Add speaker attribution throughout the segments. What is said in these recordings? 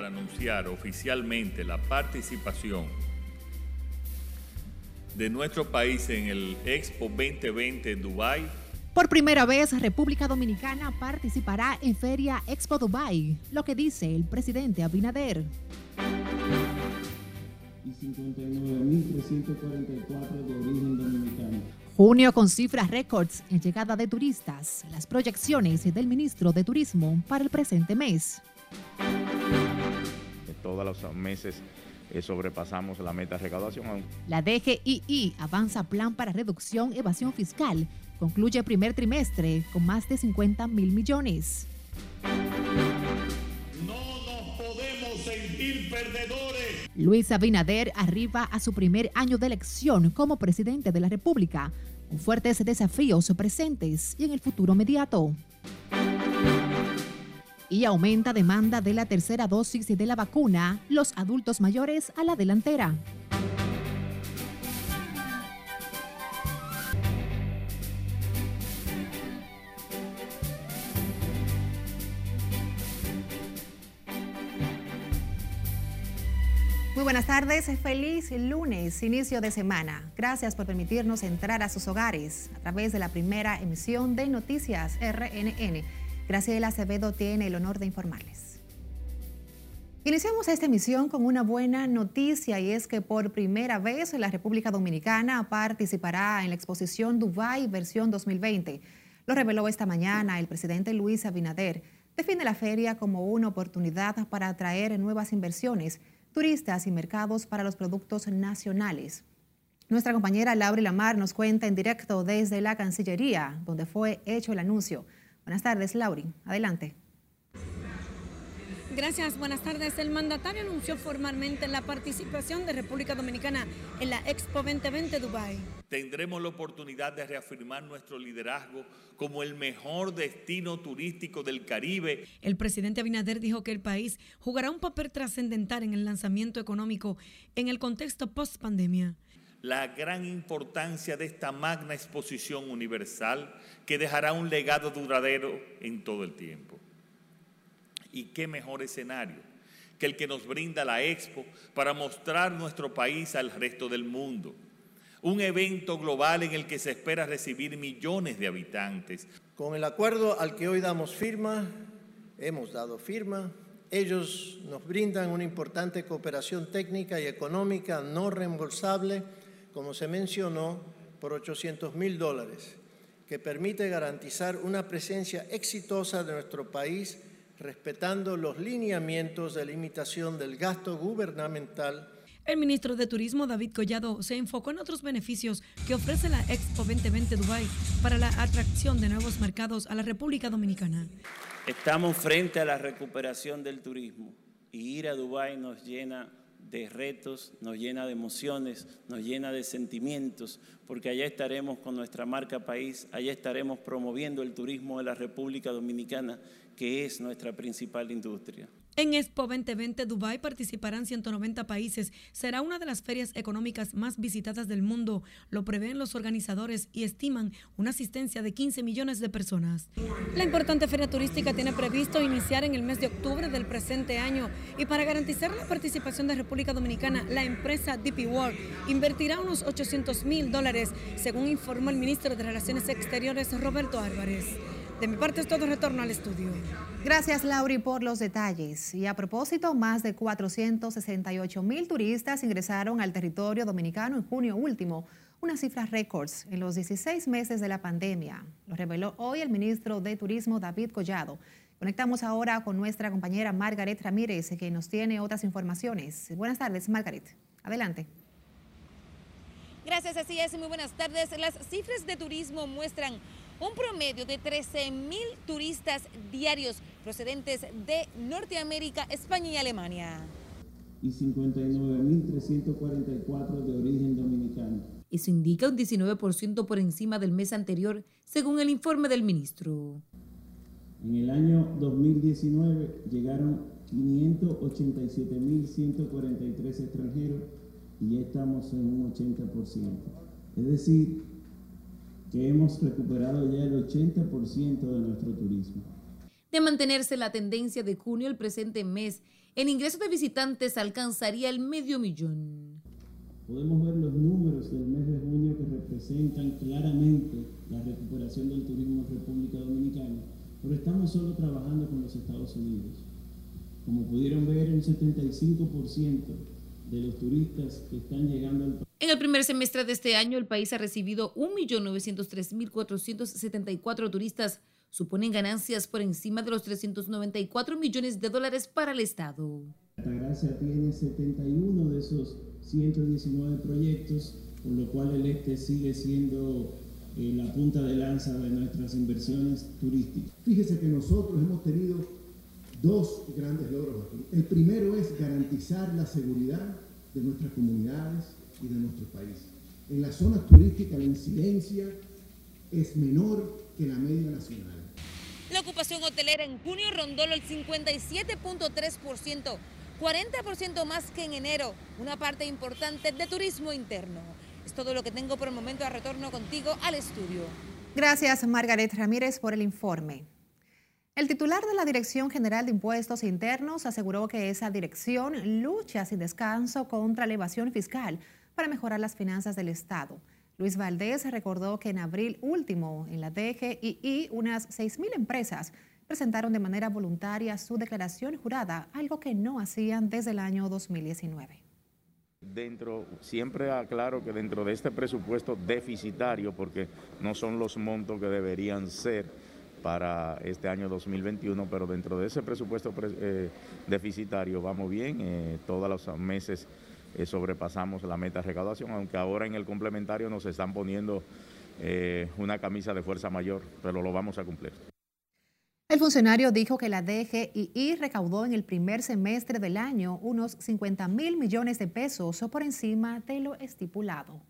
Speaker 1: para anunciar oficialmente la participación de nuestro país en el Expo 2020 Dubái.
Speaker 2: Por primera vez, República Dominicana participará en Feria Expo Dubái, lo que dice el presidente Abinader.
Speaker 3: Y 59.344 de origen dominicano.
Speaker 2: Junio con cifras récords en llegada de turistas. Las proyecciones del ministro de Turismo para el presente mes.
Speaker 4: Todos los meses sobrepasamos la meta de recaudación.
Speaker 2: La DGII avanza plan para reducción evasión fiscal. Concluye primer trimestre con más de 50.000 millones.
Speaker 5: No nos podemos sentir perdedores.
Speaker 2: Luis Abinader arriba a su primer año de elección como presidente de la República, con fuertes desafíos presentes y en el futuro inmediato. Y aumenta demanda de la tercera dosis de la vacuna, los adultos mayores a la delantera. Muy buenas tardes, feliz lunes, inicio de semana. Gracias por permitirnos entrar a sus hogares a través de la primera emisión de Noticias RNN. Graciela Acevedo tiene el honor de informarles. Iniciamos esta emisión con una buena noticia y es que por primera vez la República Dominicana participará en la exposición Dubái versión 2020. Lo reveló esta mañana el presidente Luis Abinader. Define la feria como una oportunidad para atraer nuevas inversiones, turistas y mercados para los productos nacionales. Nuestra compañera Laura Lamar nos cuenta en directo desde la Cancillería, donde fue hecho el anuncio. Buenas tardes, Lauri. Adelante.
Speaker 6: Gracias, buenas tardes. El mandatario anunció formalmente la participación de República Dominicana en la Expo 2020 Dubái.
Speaker 1: Tendremos la oportunidad de reafirmar nuestro liderazgo como el mejor destino turístico del Caribe.
Speaker 6: El presidente Abinader dijo que el país jugará un papel trascendental en el lanzamiento económico en el contexto post-pandemia.
Speaker 1: La gran importancia de esta magna exposición universal que dejará un legado duradero en todo el tiempo. Y qué mejor escenario que el que nos brinda la Expo para mostrar nuestro país al resto del mundo. Un evento global en el que se espera recibir millones de habitantes.
Speaker 7: Con el acuerdo al que hoy hemos dado firma, ellos nos brindan una importante cooperación técnica y económica no reembolsable, como se mencionó, por $800.000, que permite garantizar una presencia exitosa de nuestro país, respetando los lineamientos de limitación del gasto gubernamental.
Speaker 6: El ministro de Turismo, David Collado, se enfocó en otros beneficios que ofrece la Expo 2020 Dubái para la atracción de nuevos mercados a la República Dominicana.
Speaker 8: Estamos frente a la recuperación del turismo y ir a Dubái nos llena de retos, nos llena de emociones, nos llena de sentimientos, porque allá estaremos con nuestra marca país, allá estaremos promoviendo el turismo de la República Dominicana, que es nuestra principal industria.
Speaker 6: En Expo 2020 Dubái participarán 190 países. Será una de las ferias económicas más visitadas del mundo. Lo prevén los organizadores y estiman una asistencia de 15 millones de personas. La importante feria turística tiene previsto iniciar en el mes de octubre del presente año y para garantizar la participación de República Dominicana, la empresa DP World invertirá unos $800.000, según informó el ministro de Relaciones Exteriores, Roberto Álvarez. De mi parte es todo, retorno al estudio.
Speaker 2: Gracias, Lauri, por los detalles. Y a propósito, más de 468.000 turistas ingresaron al territorio dominicano en junio último, una cifra récords en los 16 meses de la pandemia. Lo reveló hoy el ministro de Turismo, David Collado. Conectamos ahora con nuestra compañera Margaret Ramírez, que nos tiene otras informaciones. Buenas tardes, Margaret. Adelante.
Speaker 9: Gracias, así es. Muy buenas tardes. Las cifras de turismo muestran un promedio de 13.000 turistas diarios procedentes de Norteamérica, España y Alemania.
Speaker 3: Y 59.344 de origen dominicano.
Speaker 10: Eso indica un 19% por encima del mes anterior, según el informe del ministro.
Speaker 3: En el año 2019 llegaron 587.143 extranjeros y ya estamos en un 80%. Es decir, que hemos recuperado ya el 80% de nuestro turismo.
Speaker 10: De mantenerse la tendencia de junio, el presente mes, el ingreso de visitantes alcanzaría el 500.000.
Speaker 3: Podemos ver los números del mes de junio que representan claramente la recuperación del turismo en República Dominicana, pero estamos solo trabajando con los Estados Unidos. Como pudieron ver, un 75% de los turistas que están llegando al país.
Speaker 10: En el primer semestre de este año, el país ha recibido 1.903.474 turistas. Suponen ganancias por encima de los $394 millones para el Estado.
Speaker 3: Altagracia tiene 71 de esos 119 proyectos, por lo cual el este sigue siendo la punta de lanza de nuestras inversiones turísticas. Fíjese que nosotros hemos tenido dos grandes logros aquí. El primero es garantizar la seguridad de nuestras comunidades y de nuestro país. En las zonas turísticas la incidencia es menor que la media nacional.
Speaker 9: La ocupación hotelera en junio rondó el 57.3%, 40% más que en enero, una parte importante de turismo interno. Es todo lo que tengo por el momento. A retorno contigo al estudio.
Speaker 2: Gracias, Margaret Ramírez, por el informe. El titular de la Dirección General de Impuestos Internos aseguró que esa dirección lucha sin descanso contra la evasión fiscal para mejorar las finanzas del Estado. Luis Valdés recordó que en abril último, en la DGII, unas 6.000 empresas presentaron de manera voluntaria su declaración jurada, algo que no hacían desde el año 2019.
Speaker 4: Siempre aclaro que dentro de este presupuesto deficitario, porque no son los montos que deberían ser para este año 2021, pero dentro de ese presupuesto deficitario vamos bien, todos los meses sobrepasamos la meta de recaudación, aunque ahora en el complementario nos están poniendo una camisa de fuerza mayor, pero lo vamos a cumplir.
Speaker 2: El funcionario dijo que la DGII recaudó en el primer semestre del año unos 50.000 millones de pesos o por encima de lo estipulado.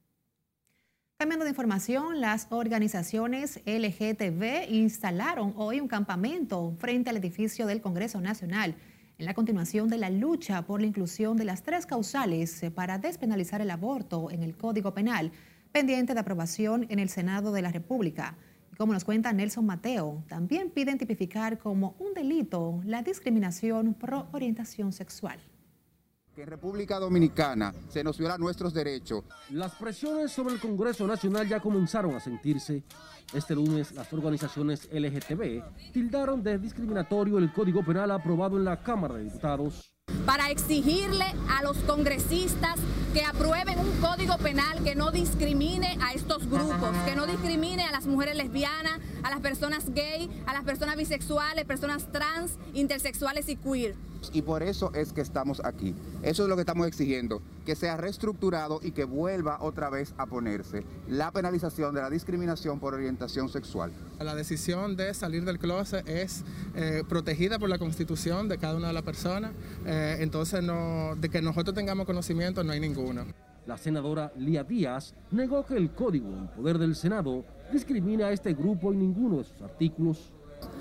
Speaker 2: Cambiando de información, las organizaciones LGTB instalaron hoy un campamento frente al edificio del Congreso Nacional en la continuación de la lucha por la inclusión de las 3 causales para despenalizar el aborto en el Código Penal, pendiente de aprobación en el Senado de la República. Y como nos cuenta Nelson Mateo, también piden tipificar como un delito la discriminación por orientación sexual.
Speaker 11: Que en República Dominicana se nos violan nuestros derechos.
Speaker 12: Las presiones sobre el Congreso Nacional ya comenzaron a sentirse. Este lunes, las organizaciones LGTB tildaron de discriminatorio el Código Penal aprobado en la Cámara de Diputados.
Speaker 13: Para exigirle a los congresistas que aprueben un código penal que no discrimine a estos grupos, que no discrimine a las mujeres lesbianas, a las personas gay, a las personas bisexuales, personas trans, intersexuales y queer.
Speaker 11: Y por eso es que estamos aquí. Eso es lo que estamos exigiendo, que sea reestructurado y que vuelva otra vez a ponerse la penalización de la discriminación por orientación sexual.
Speaker 14: La decisión de salir del closet es protegida por la Constitución de cada una de las personas, entonces de que nosotros tengamos conocimiento no hay ninguno.
Speaker 12: La senadora Lía Díaz negó que el Código en poder del Senado discrimine a este grupo en ninguno de sus artículos.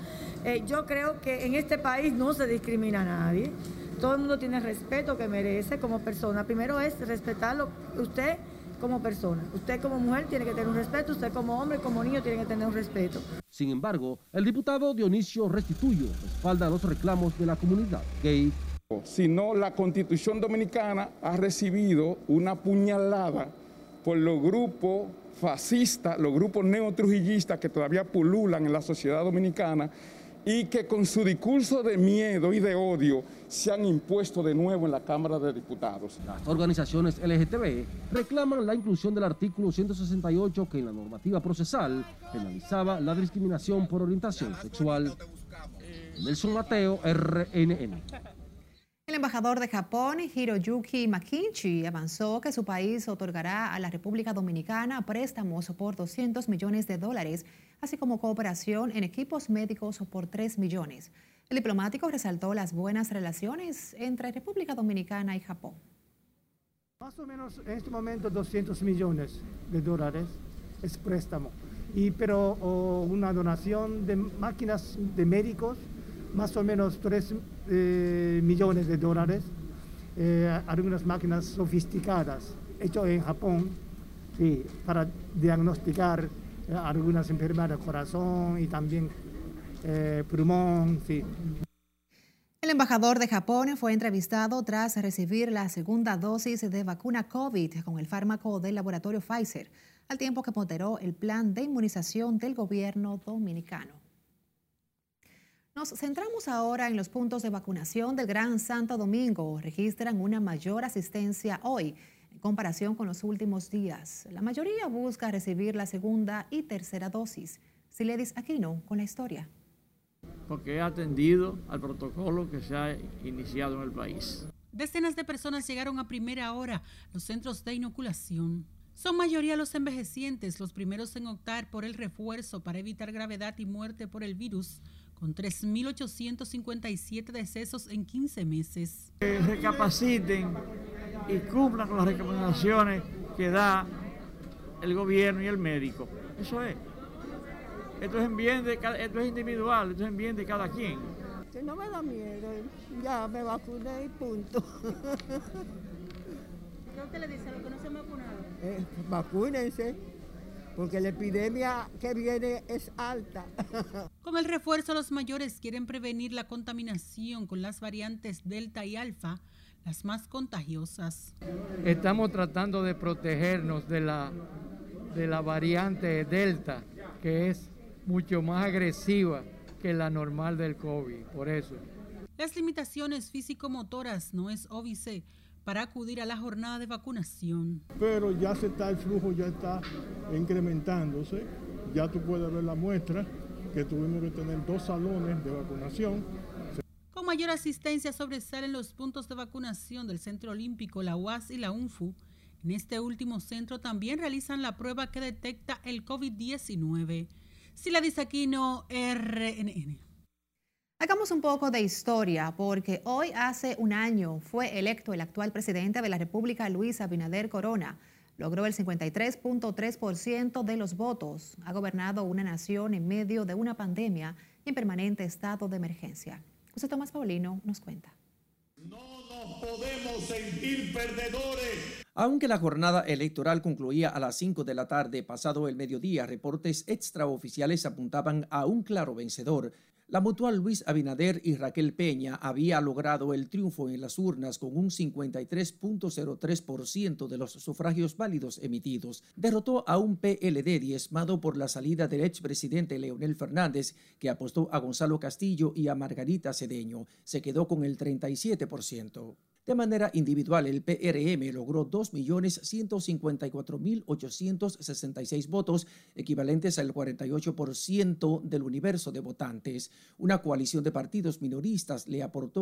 Speaker 15: Yo creo que en este país no se discrimina a nadie. Todo el mundo tiene el respeto que merece como persona. Primero es respetarlo usted como persona. Usted como mujer tiene que tener un respeto, usted como hombre, como niño tiene que tener un respeto.
Speaker 12: Sin embargo, el diputado Dionisio Restituyo respalda los reclamos de la comunidad gay.
Speaker 16: Sino la Constitución Dominicana ha recibido una puñalada por los grupos fascistas, los grupos neotrujillistas que todavía pululan en la sociedad dominicana y que con su discurso de miedo y de odio se han impuesto de nuevo en la Cámara de Diputados.
Speaker 12: Las organizaciones LGTB reclaman la inclusión del artículo 168 que en la normativa procesal penalizaba la discriminación por orientación sexual. Nelson Mateo, RNN.
Speaker 2: El embajador de Japón, Hiroyuki Makinchi, avanzó que su país otorgará a la República Dominicana préstamos por $200 millones, así como cooperación en equipos médicos por $3 millones. El diplomático resaltó las buenas relaciones entre República Dominicana y Japón.
Speaker 17: Más o menos en este momento $200 millones es préstamo, pero una donación de máquinas de médicos, más o menos $3 millones, algunas máquinas sofisticadas, hechas en Japón, para diagnosticar algunas enfermedades del corazón y también pulmón, en fin.
Speaker 2: El embajador de Japón fue entrevistado tras recibir la segunda dosis de vacuna COVID con el fármaco del laboratorio Pfizer, al tiempo que moderó el plan de inmunización del gobierno dominicano. Nos centramos ahora en los puntos de vacunación del Gran Santo Domingo. Registran una mayor asistencia hoy en comparación con los últimos días. La mayoría busca recibir la segunda y tercera dosis. Siledis Aquino con la historia.
Speaker 18: Porque he atendido al protocolo que se ha iniciado en el país.
Speaker 19: Decenas de personas llegaron a primera hora a los centros de inoculación. Son mayoría los envejecientes, los primeros en optar por el refuerzo para evitar gravedad y muerte por el virus, con 3.857 decesos en 15 meses.
Speaker 18: Que recapaciten y cumplan con las recomendaciones que da el gobierno y el médico. Eso es. Esto es esto es individual, esto es en bien de cada quien.
Speaker 20: Que no me da miedo, ya me vacuné y punto.
Speaker 19: ¿Qué usted le dice a los que no se han vacunado?
Speaker 20: Vacúnense, porque la epidemia que viene es alta.
Speaker 19: Con el refuerzo, los mayores quieren prevenir la contaminación con las variantes Delta y Alfa, las más contagiosas.
Speaker 18: Estamos tratando de protegernos de la variante Delta, que es mucho más agresiva que la normal del COVID, por eso.
Speaker 19: Las limitaciones físico-motoras no es óbice para acudir a la jornada de vacunación.
Speaker 21: Pero ya el flujo ya está incrementándose, ya tú puedes ver la muestra que tuvimos que tener 2 salones de vacunación.
Speaker 19: Con mayor asistencia sobresalen los puntos de vacunación del Centro Olímpico, la UAS y la UNFU. En este último centro también realizan la prueba que detecta el COVID-19. Siledis Aquino, RNN.
Speaker 2: Hagamos un poco de historia, porque hoy hace un año fue electo el actual presidente de la República, Luis Abinader Corona. Logró el 53.3% de los votos. Ha gobernado una nación en medio de una pandemia y en permanente estado de emergencia. José Tomás Paulino nos cuenta.
Speaker 5: Podemos sentir perdedores.
Speaker 22: Aunque la jornada electoral concluía a las 5 de la tarde pasado el mediodía, reportes extraoficiales apuntaban a un claro vencedor. La mutual Luis Abinader y Raquel Peña había logrado el triunfo en las urnas con un 53.03% de los sufragios válidos emitidos. Derrotó a un PLD diezmado por la salida del expresidente Leonel Fernández, que apostó a Gonzalo Castillo y a Margarita Cedeño. Se quedó con el 37%. De manera individual, el PRM logró 2.154.866 votos, equivalentes al 48% del universo de votantes. Una coalición de partidos minoristas le aportó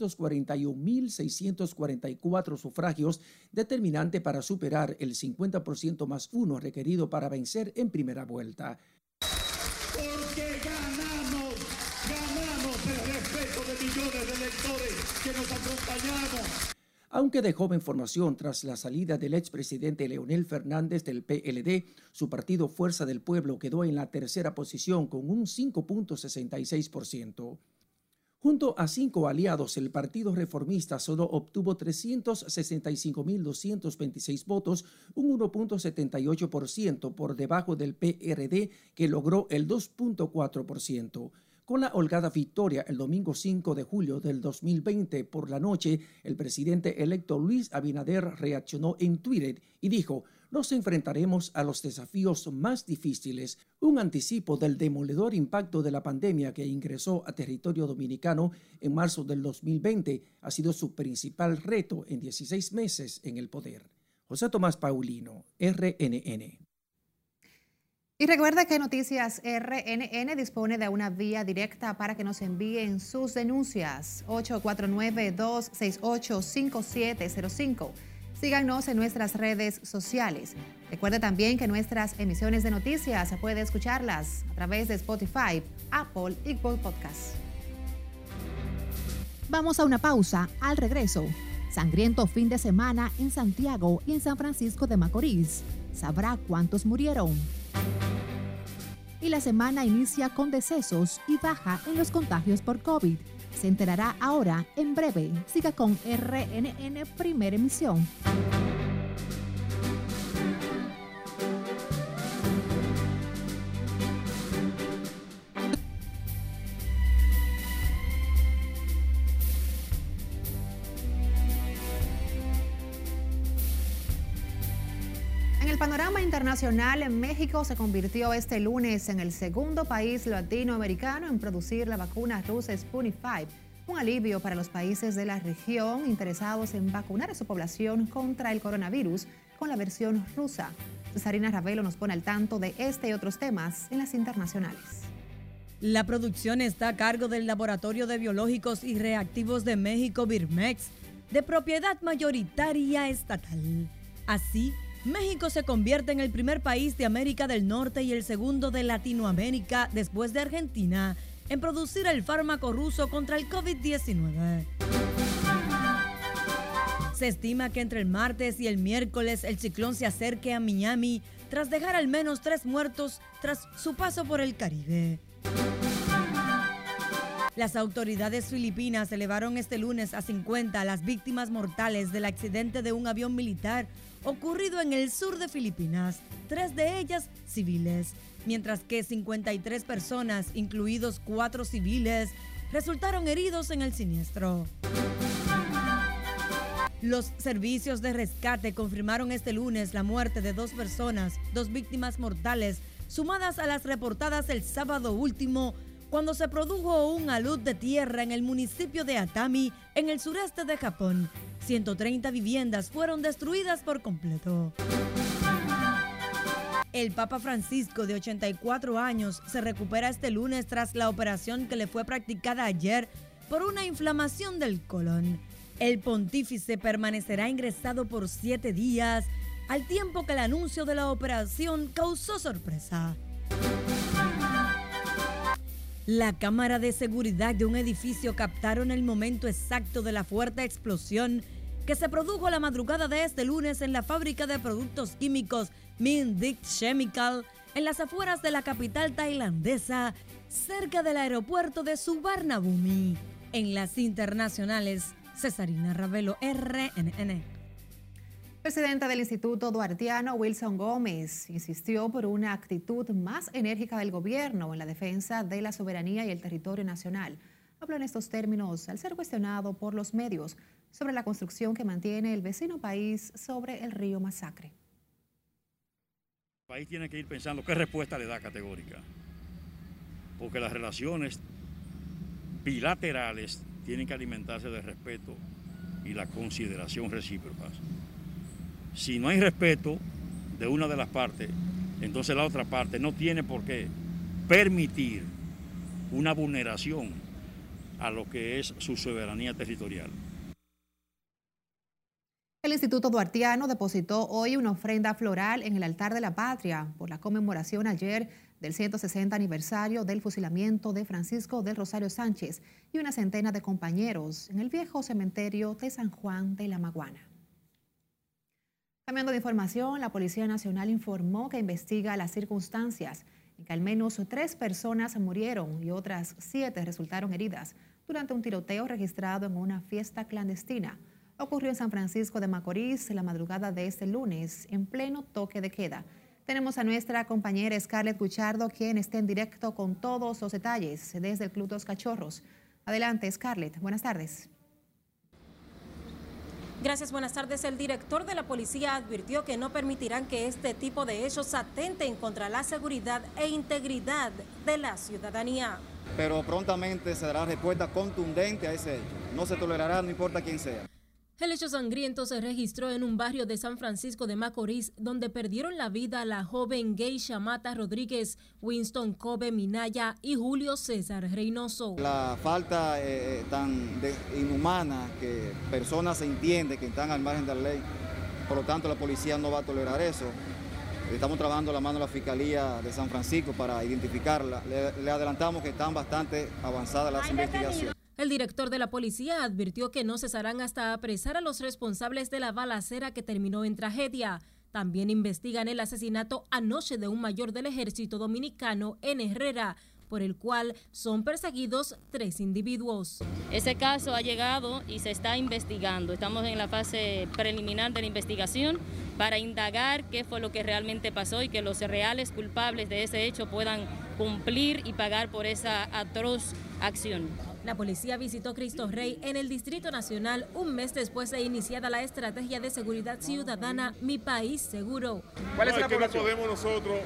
Speaker 22: 541.644 sufragios, determinante para superar el 50% más 1 requerido para vencer en primera vuelta.
Speaker 5: Porque ganamos el respeto de millones de electores que nos acompañamos.
Speaker 22: Aunque dejó información tras la salida del expresidente Leonel Fernández del PLD, su partido Fuerza del Pueblo quedó en la tercera posición con un 5.66%. Junto a 5 aliados, el Partido Reformista solo obtuvo 365.226 votos, un 1.78% por debajo del PRD, que logró el 2.4%. Con la holgada victoria el domingo 5 de julio del 2020 por la noche, el presidente electo Luis Abinader reaccionó en Twitter y dijo: "Nos enfrentaremos a los desafíos más difíciles". Un anticipo del demoledor impacto de la pandemia que ingresó a territorio dominicano en marzo del 2020 ha sido su principal reto en 16 meses en el poder. José Tomás Paulino, RNN.
Speaker 2: Y recuerda que Noticias RNN dispone de una vía directa para que nos envíen sus denuncias. 849-268-5705. Síganos en nuestras redes sociales. Recuerde también que nuestras emisiones de noticias se puede escucharlas a través de Spotify, Apple y Google Podcasts.
Speaker 23: Vamos a una pausa. Al regreso, sangriento fin de semana en Santiago y en San Francisco de Macorís. ¿Sabrá cuántos murieron? Y la semana inicia con decesos y baja en los contagios por COVID. Se enterará ahora en breve. Siga con RNN Primera Emisión.
Speaker 2: el panorama internacional, México se convirtió este lunes en el segundo país latinoamericano en producir la vacuna rusa Sputnik V, un alivio para los países de la región interesados en vacunar a su población contra el coronavirus con la versión rusa. Cesarina Ravelo nos pone al tanto de este y otros temas en las internacionales.
Speaker 1: La producción está a cargo del Laboratorio de Biológicos y Reactivos de México, Birmex, de propiedad mayoritaria estatal. Así, México se convierte en el primer país de América del Norte y el segundo de Latinoamérica, después de Argentina, en producir el fármaco ruso contra el COVID-19. Se estima que entre el martes y el miércoles el ciclón se acerque a Miami tras dejar al menos 3 muertos tras su paso por el Caribe. Las autoridades filipinas elevaron este lunes a 50 las víctimas mortales del accidente de un avión militar ocurrido en el sur de Filipinas, 3 de ellas civiles, mientras que 53 personas, incluidos 4 civiles, resultaron heridos en el siniestro. Los servicios de rescate confirmaron este lunes la muerte de 2 personas, 2 víctimas mortales, sumadas a las reportadas el sábado último, cuando se produjo un alud de tierra en el municipio de Atami, en el sureste de Japón. 130 viviendas fueron destruidas por completo. El Papa Francisco, de 84 años, se recupera este lunes tras la operación que le fue practicada ayer por una inflamación del colon. El pontífice permanecerá ingresado por 7 días, al tiempo que el anuncio de la operación causó sorpresa. La cámara de seguridad de un edificio captaron el momento exacto de la fuerte explosión que se produjo la madrugada de este lunes en la fábrica de productos químicos Mindic Chemical, en las afueras de la capital tailandesa, cerca del aeropuerto de Suvarnabhumi. En las internacionales, Cesarina Ravelo, RNN.
Speaker 2: Presidenta del Instituto Duartiano, Wilson Gómez, insistió por una actitud más enérgica del gobierno en la defensa de la soberanía y el territorio nacional. Habló en estos términos al ser cuestionado por los medios sobre la construcción que mantiene el vecino país sobre el río Masacre.
Speaker 7: El país tiene que ir pensando qué respuesta le da categórica, porque las relaciones bilaterales tienen que alimentarse del respeto y la consideración recíproca. Si no hay respeto de una de las partes, entonces la otra parte no tiene por qué permitir una vulneración a lo que es su soberanía territorial.
Speaker 2: El Instituto Duartiano depositó hoy una ofrenda floral en el altar de la patria por la conmemoración ayer del 160 aniversario del fusilamiento de Francisco del Rosario Sánchez y una centena de compañeros en el viejo cementerio de San Juan de la Maguana. Cambiando de información, la Policía Nacional informó que investiga las circunstancias en que al menos 3 personas murieron y otras 7 resultaron heridas durante un tiroteo registrado en una fiesta clandestina. Ocurrió en San Francisco de Macorís la madrugada de este lunes, en pleno toque de queda. Tenemos a nuestra compañera Scarlett Guchardo, quien está en directo con todos los detalles desde el Club Dos Cachorros. Adelante, Scarlett. Buenas tardes.
Speaker 8: Gracias, buenas tardes. El director de la policía advirtió que no permitirán que este tipo de hechos atenten contra la seguridad e integridad de la ciudadanía.
Speaker 24: Pero prontamente se dará respuesta contundente a ese hecho. No se tolerará, no importa quién sea.
Speaker 8: El hecho sangriento se registró en un barrio de San Francisco de Macorís, donde perdieron la vida la joven Geisha Mata Rodríguez, Winston Kobe Minaya y Julio César Reynoso.
Speaker 24: La falta tan inhumana que personas se entienden que están al margen de la ley, por lo tanto la policía no va a tolerar eso. Estamos trabajando la mano de la Fiscalía de San Francisco para identificarla. Le adelantamos que están bastante avanzadas las investigaciones.
Speaker 8: El director de la policía advirtió que no cesarán hasta apresar a los responsables de la balacera que terminó en tragedia. También investigan el asesinato anoche de un mayor del ejército dominicano en Herrera, por el cual son perseguidos 3 individuos.
Speaker 25: Ese caso ha llegado y se está investigando. Estamos en la fase preliminar de la investigación para indagar qué fue lo que realmente pasó y que los reales culpables de ese hecho puedan cumplir y pagar por esa atroz acción.
Speaker 8: La policía visitó Cristo Rey en el Distrito Nacional un mes después de iniciada la estrategia de seguridad ciudadana Mi País Seguro.
Speaker 3: ¿Cuál es la población? No podemos nosotros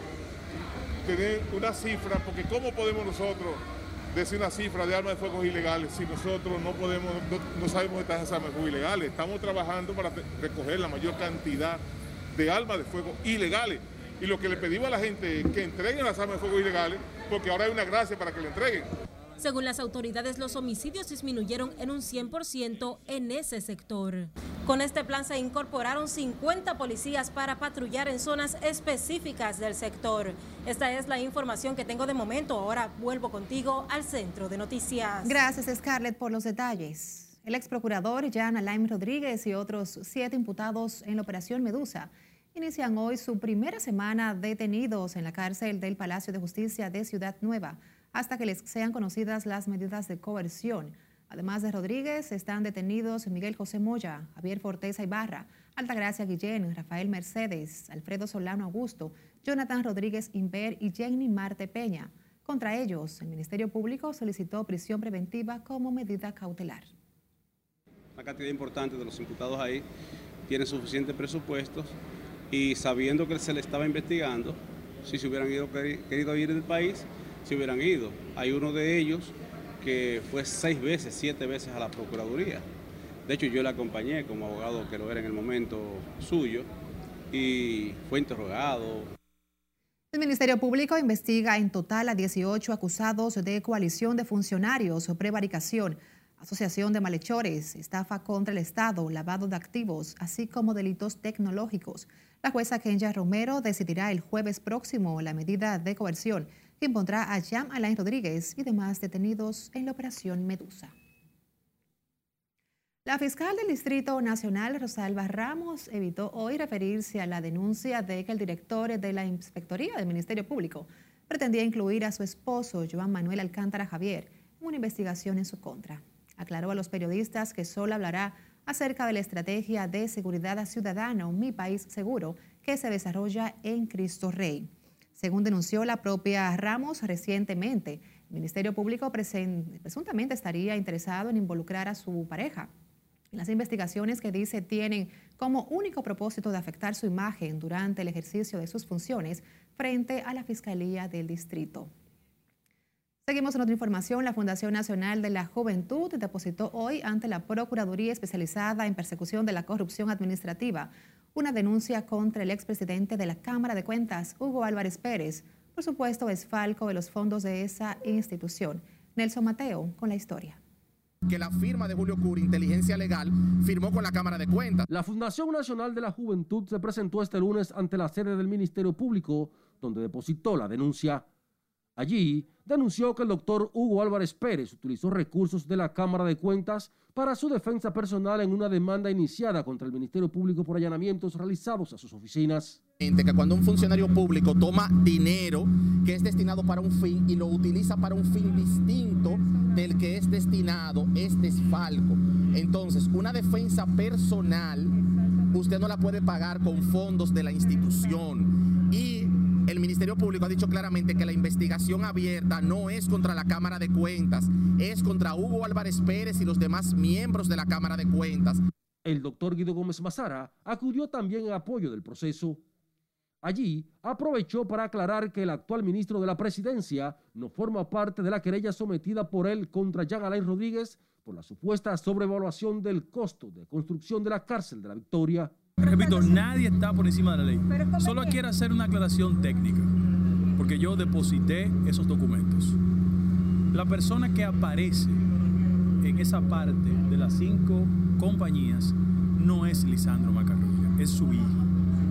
Speaker 3: tener una cifra, porque ¿cómo podemos nosotros decir una cifra de armas de fuego ilegales si nosotros no sabemos de estas armas de fuego ilegales? Estamos trabajando para recoger la mayor cantidad de armas de fuego ilegales. Y lo que le pedimos a la gente es que entreguen las armas de fuego ilegales, porque ahora hay una gracia para que le entreguen.
Speaker 8: Según las autoridades, los homicidios disminuyeron en un 100% en ese sector. Con este plan se incorporaron 50 policías para patrullar en zonas específicas del sector. Esta es la información que tengo de momento. Ahora vuelvo contigo al Centro de Noticias.
Speaker 2: Gracias, Scarlett, por los detalles. El ex procurador Jan Alain Rodríguez y otros 7 imputados en la Operación Medusa inician hoy su primera semana detenidos en la cárcel del Palacio de Justicia de Ciudad Nueva, hasta que les sean conocidas las medidas de coerción. Además de Rodríguez, están detenidos Miguel José Moya, Javier Forteza Ibarra, Altagracia Guillén, Rafael Mercedes, Alfredo Solano Augusto, Jonathan Rodríguez Imber y Jenny Marte Peña. Contra ellos, el Ministerio Público solicitó prisión preventiva como medida cautelar.
Speaker 4: Una cantidad importante de los imputados ahí tienen suficientes presupuestos y sabiendo que se le estaba investigando, si se hubieran querido ir del país, se hubieran ido. Hay uno de ellos que fue 6 veces, 7 veces a la Procuraduría. De hecho, yo le acompañé como abogado que lo era en el momento suyo y fue interrogado.
Speaker 2: El Ministerio Público investiga en total a 18 acusados de coalición de funcionarios o prevaricación, asociación de malhechores, estafa contra el Estado, lavado de activos, así como delitos tecnológicos. La jueza Kenya Romero decidirá el jueves próximo la medida de coerción que impondrá a Jan Alain Rodríguez y demás detenidos en la Operación Medusa. La fiscal del Distrito Nacional, Rosalba Ramos, evitó hoy referirse a la denuncia de que el director de la Inspectoría del Ministerio Público pretendía incluir a su esposo, Joan Manuel Alcántara Javier, en una investigación en su contra. Aclaró a los periodistas que solo hablará acerca de la estrategia de seguridad ciudadana Mi País Seguro que se desarrolla en Cristo Rey. Según denunció la propia Ramos recientemente, el Ministerio Público presuntamente estaría interesado en involucrar a su pareja en las investigaciones que dice tienen como único propósito de afectar su imagen durante el ejercicio de sus funciones frente a la Fiscalía del Distrito. Seguimos en otra información. La Fundación Nacional de la Juventud depositó hoy ante la Procuraduría Especializada en Persecución de la Corrupción Administrativa una denuncia contra el expresidente de la Cámara de Cuentas, Hugo Álvarez Pérez, por supuesto desfalco de los fondos de esa institución. Nelson Mateo con la historia.
Speaker 6: Que la firma de Julio Curi, Inteligencia Legal, firmó con la Cámara de Cuentas.
Speaker 12: La Fundación Nacional de la Juventud se presentó este lunes ante la sede del Ministerio Público, donde depositó la denuncia. Allí denunció que el doctor Hugo Álvarez Pérez utilizó recursos de la Cámara de Cuentas para su defensa personal en una demanda iniciada contra el Ministerio Público por allanamientos realizados a sus oficinas.
Speaker 6: Que cuando un funcionario público toma dinero que es destinado para un fin y lo utiliza para un fin distinto del que es destinado, es desfalco. Entonces, una defensa personal usted no la puede pagar con fondos de la institución. Y el Ministerio Público ha dicho claramente que la investigación abierta no es contra la Cámara de Cuentas, es contra Hugo Álvarez Pérez y los demás miembros de la Cámara de Cuentas.
Speaker 12: El doctor Guido Gómez Mazara acudió también en apoyo del proceso. Allí aprovechó para aclarar que el actual ministro de la Presidencia no forma parte de la querella sometida por él contra Jan Alain Rodríguez por la supuesta sobrevaluación del costo de construcción de la cárcel de la Victoria.
Speaker 9: Repito, nadie está por encima de la ley. Solo quiero hacer una aclaración técnica, porque yo deposité esos documentos. La persona que aparece en esa parte de las 5 compañías no es Lisandro Macarrulla, es su hijo.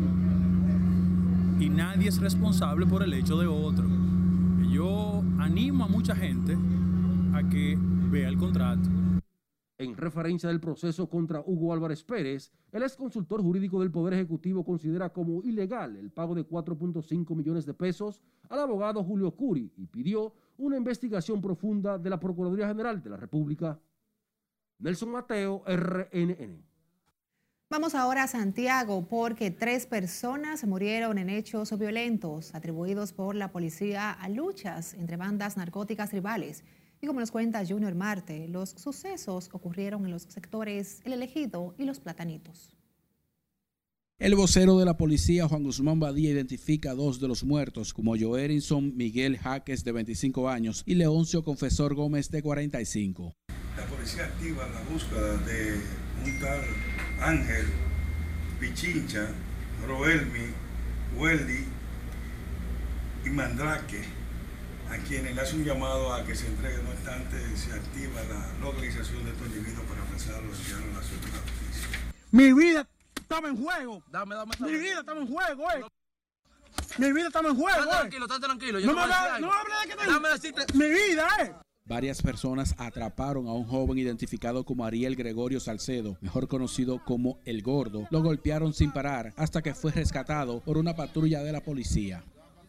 Speaker 9: Y nadie es responsable por el hecho de otro. Yo animo a mucha gente a que vea el contrato.
Speaker 12: En referencia del proceso contra Hugo Álvarez Pérez, el exconsultor jurídico del Poder Ejecutivo considera como ilegal el pago de 4.5 millones de pesos al abogado Julio Curi y pidió una investigación profunda de la Procuraduría General de la República. Nelson Mateo, RNN.
Speaker 2: Vamos ahora a Santiago porque 3 personas murieron en hechos violentos atribuidos por la policía a luchas entre bandas narcóticas rivales. Y como nos cuenta Junior Marte, los sucesos ocurrieron en los sectores El Elegido y Los Platanitos.
Speaker 10: El vocero de la policía, Juan Guzmán Badía, identifica a 2 de los muertos, como Joerinson Miguel Jaques, de 25 años, y Leoncio Confesor Gómez, de 45.
Speaker 11: La policía activa la búsqueda de un tal Ángel Pichincha, Roelmi, Weldy y Mandrake, a quienes le hace un llamado a que se entregue. No obstante, se activa la localización de estos individuos para apresarlos y llevarlos a la ciudad de la justicia.
Speaker 13: Mi vida estaba en juego. Mi vida estaba en juego, Mi vida estaba en juego,
Speaker 14: Está tranquilo.
Speaker 13: No me hables de que
Speaker 14: Dame decirte.
Speaker 13: Mi vida,
Speaker 10: Varias personas atraparon a un joven identificado como Ariel Gregorio Salcedo, mejor conocido como El Gordo. Lo golpearon sin parar hasta que fue rescatado por una patrulla de la policía.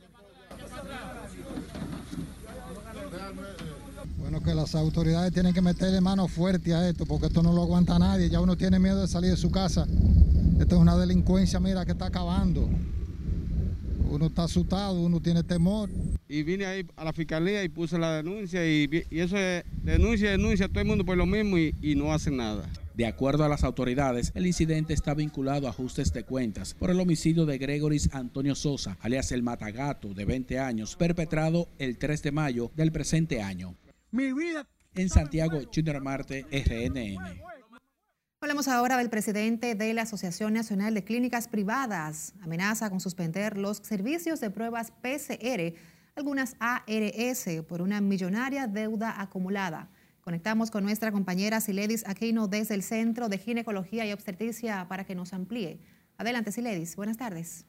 Speaker 15: Bueno, que las autoridades tienen que meterle mano fuerte a esto, porque esto no lo aguanta nadie. Ya uno tiene miedo de salir de su casa. Esto es una delincuencia, mira, que está acabando. Uno está asustado, uno tiene temor.
Speaker 26: Y vine ahí a la fiscalía y puse la denuncia y eso es denuncia, todo el mundo por lo mismo y no hacen nada.
Speaker 10: De acuerdo a las autoridades, el incidente está vinculado a ajustes de cuentas por el homicidio de Gregoris Antonio Sosa, alias el Matagato, de 20 años, perpetrado el 3 de mayo del presente año.
Speaker 13: Mi vida.
Speaker 10: En Santiago, Junior Marte, RNN.
Speaker 2: Hablamos ahora del presidente de la Asociación Nacional de Clínicas Privadas. Amenaza con suspender los servicios de pruebas PCR, algunas ARS, por una millonaria deuda acumulada. Conectamos con nuestra compañera Siledis Aquino desde el Centro de Ginecología y Obstetricia para que nos amplíe. Adelante, Siledis. Buenas tardes.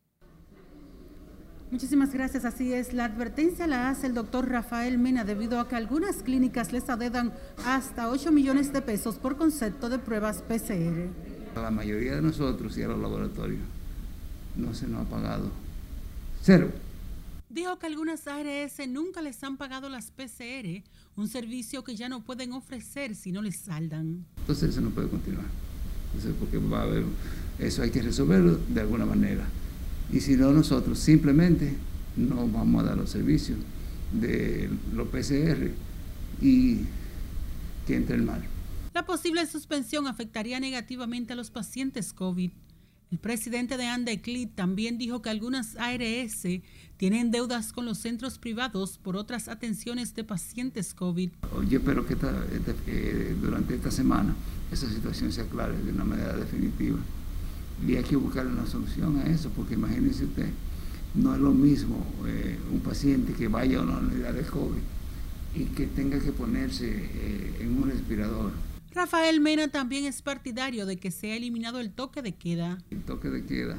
Speaker 19: Muchísimas gracias. Así es, la advertencia la hace el doctor Rafael Mena debido a que algunas clínicas les adeudan hasta 8 millones de pesos por concepto de pruebas PCR.
Speaker 27: A la mayoría de nosotros y a los laboratorios no se nos ha pagado. Cero.
Speaker 19: Dijo que algunas ARS nunca les han pagado las PCR, un servicio que ya no pueden ofrecer si no les saldan.
Speaker 27: Entonces eso no puede continuar. Entonces, porque va a haber, eso hay que resolverlo de alguna manera. Y si no, nosotros simplemente no vamos a dar los servicios de los PCR y que entre el mal.
Speaker 19: La posible suspensión afectaría negativamente a los pacientes COVID. El presidente de ANDECLIT también dijo que algunas ARS tienen deudas con los centros privados por otras atenciones de pacientes COVID.
Speaker 27: Yo espero que durante esta semana esa situación se aclare de una manera definitiva. Y hay que buscar una solución a eso, porque imagínense usted, no es lo mismo un paciente que vaya a una unidad de COVID y que tenga que ponerse en un respirador.
Speaker 19: Rafael Mena también es partidario de que sea eliminado el toque de queda.
Speaker 27: El toque de queda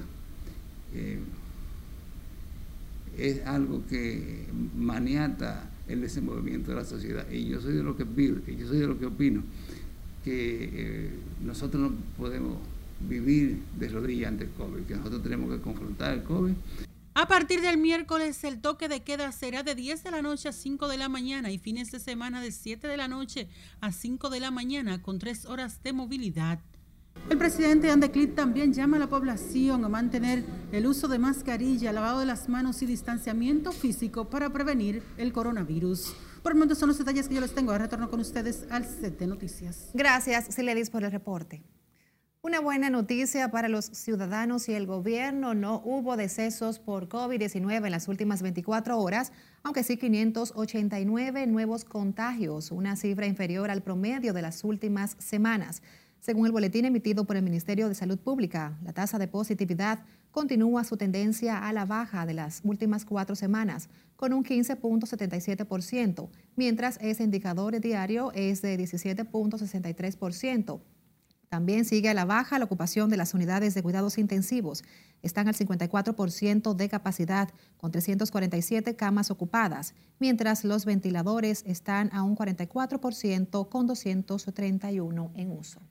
Speaker 27: es algo que maniata el desenvolvimiento de la sociedad. Y yo soy de lo que opino, que nosotros no podemos vivir de rodillas ante el COVID, que nosotros tenemos que confrontar el COVID.
Speaker 19: A partir del miércoles, el toque de queda será de 10 de la noche a 5 de la mañana y fines de semana de 7 de la noche a 5 de la mañana con 3 horas de movilidad. El presidente ANDECLIT también llama a la población a mantener el uso de mascarilla, lavado de las manos y distanciamiento físico para prevenir el coronavirus. Por el momento son los detalles que yo les tengo. Ahora retorno con ustedes al set de noticias.
Speaker 2: Gracias, Siledis, por el reporte. Una buena noticia para los ciudadanos y el gobierno: no hubo decesos por COVID-19 en las últimas 24 horas, aunque sí 589 nuevos contagios, una cifra inferior al promedio de las últimas semanas. Según el boletín emitido por el Ministerio de Salud Pública, la tasa de positividad continúa su tendencia a la baja de las últimas 4 semanas, con un 15.77%, mientras ese indicador diario es de 17.63%. También sigue a la baja la ocupación de las unidades de cuidados intensivos. Están al 54% de capacidad, con 347 camas ocupadas, mientras los ventiladores están a un 44%, con 231 en uso.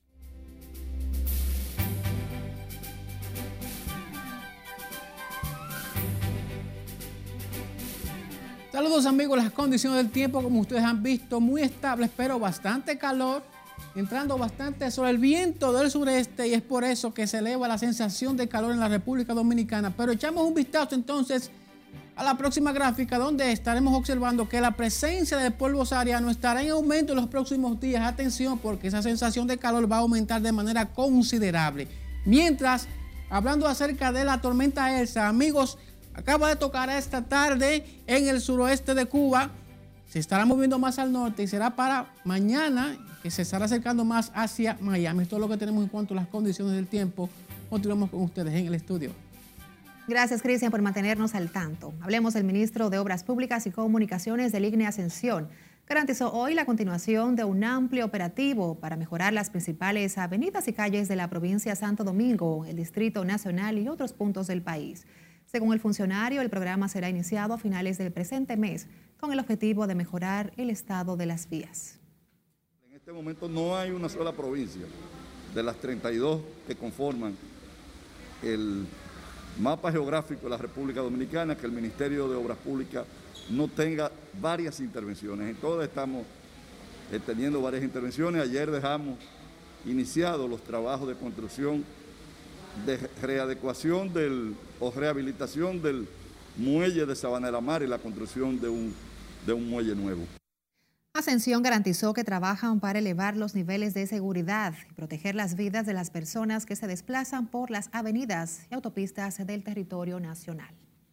Speaker 28: Saludos amigos, las condiciones del tiempo como ustedes han visto muy estables, pero bastante calor, entrando bastante sol, el viento del sureste, y es por eso que se eleva la sensación de calor en la República Dominicana. Pero echamos un vistazo entonces a la próxima gráfica, donde estaremos observando que la presencia de polvo sahariano estará en aumento en los próximos días. Atención, porque esa sensación de calor va a aumentar de manera considerable. Mientras, hablando acerca de la tormenta Elsa, amigos, acaba de tocar esta tarde en el suroeste de Cuba. Se estará moviendo más al norte y será para mañana que se estará acercando más hacia Miami. Esto es lo que tenemos en cuanto a las condiciones del tiempo. Continuamos con ustedes en el estudio.
Speaker 2: Gracias, Cristian, por mantenernos al tanto. Hablemos del ministro de Obras Públicas y Comunicaciones del IGNE Ascensión. Garantizó hoy la continuación de un amplio operativo para mejorar las principales avenidas y calles de la provincia de Santo Domingo, el Distrito Nacional y otros puntos del país. Según el funcionario, el programa será iniciado a finales del presente mes con el objetivo de mejorar el estado de las vías.
Speaker 5: En este momento no hay una sola provincia de las 32 que conforman el mapa geográfico de la República Dominicana que el Ministerio de Obras Públicas no tenga varias intervenciones. En todas estamos teniendo varias intervenciones. Ayer dejamos iniciados los trabajos de construcción, de readecuación o rehabilitación del muelle de Sabana de la Mar y la construcción de un muelle nuevo.
Speaker 2: Ascensión garantizó que trabajan para elevar los niveles de seguridad y proteger las vidas de las personas que se desplazan por las avenidas y autopistas del territorio nacional.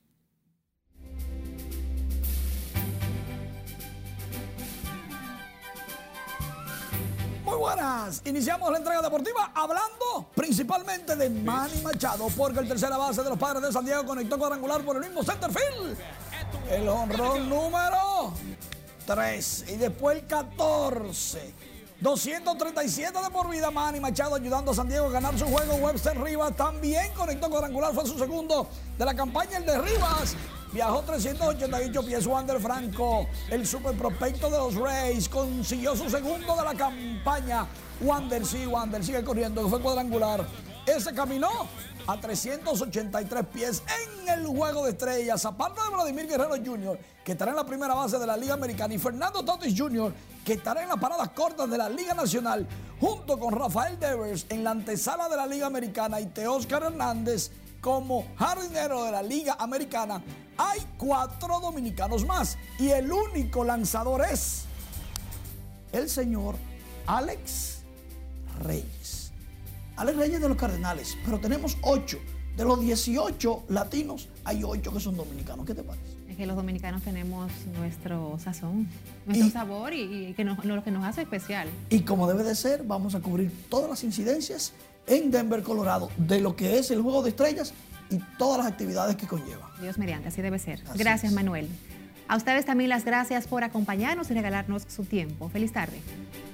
Speaker 14: Muy buenas, iniciamos la entrega deportiva hablando principalmente de Manny Machado, porque el tercera base de los Padres de San Diego conectó cuadrangular por el mismo center field. El jonrón número 3 y después el 14. 237 de por vida. Manny Machado ayudando a San Diego a ganar su juego. Webster Rivas también conectó cuadrangular, fue su segundo de la campaña. El de Rivas viajó 388 pies. Wander Franco, el super prospecto de los Rays, consiguió su segundo de la campaña. Wander sigue corriendo, que fue cuadrangular. Ese caminó a 383 pies en el juego de estrellas. Aparte de Vladimir Guerrero Jr., que estará en la primera base de la Liga Americana, y Fernando Tatis Jr., que estará en las paradas cortas de la Liga Nacional, junto con Rafael Devers en la antesala de la Liga Americana y Teóscar Hernández como jardinero de la Liga Americana. Hay 4 dominicanos más y el único lanzador es el señor Alex Reyes. Alex Reyes de los Cardenales, pero tenemos 8. De los 18 latinos, hay 8 que son dominicanos. ¿Qué te parece?
Speaker 2: Es que los dominicanos tenemos nuestro sazón, nuestro sabor y lo que nos hace especial.
Speaker 14: Y como debe de ser, vamos a cubrir todas las incidencias en Denver, Colorado, de lo que es el Juego de Estrellas y todas las actividades que conlleva.
Speaker 2: Dios mediante, así debe ser. Gracias, Manuel. A ustedes también las gracias por acompañarnos y regalarnos su tiempo. Feliz tarde.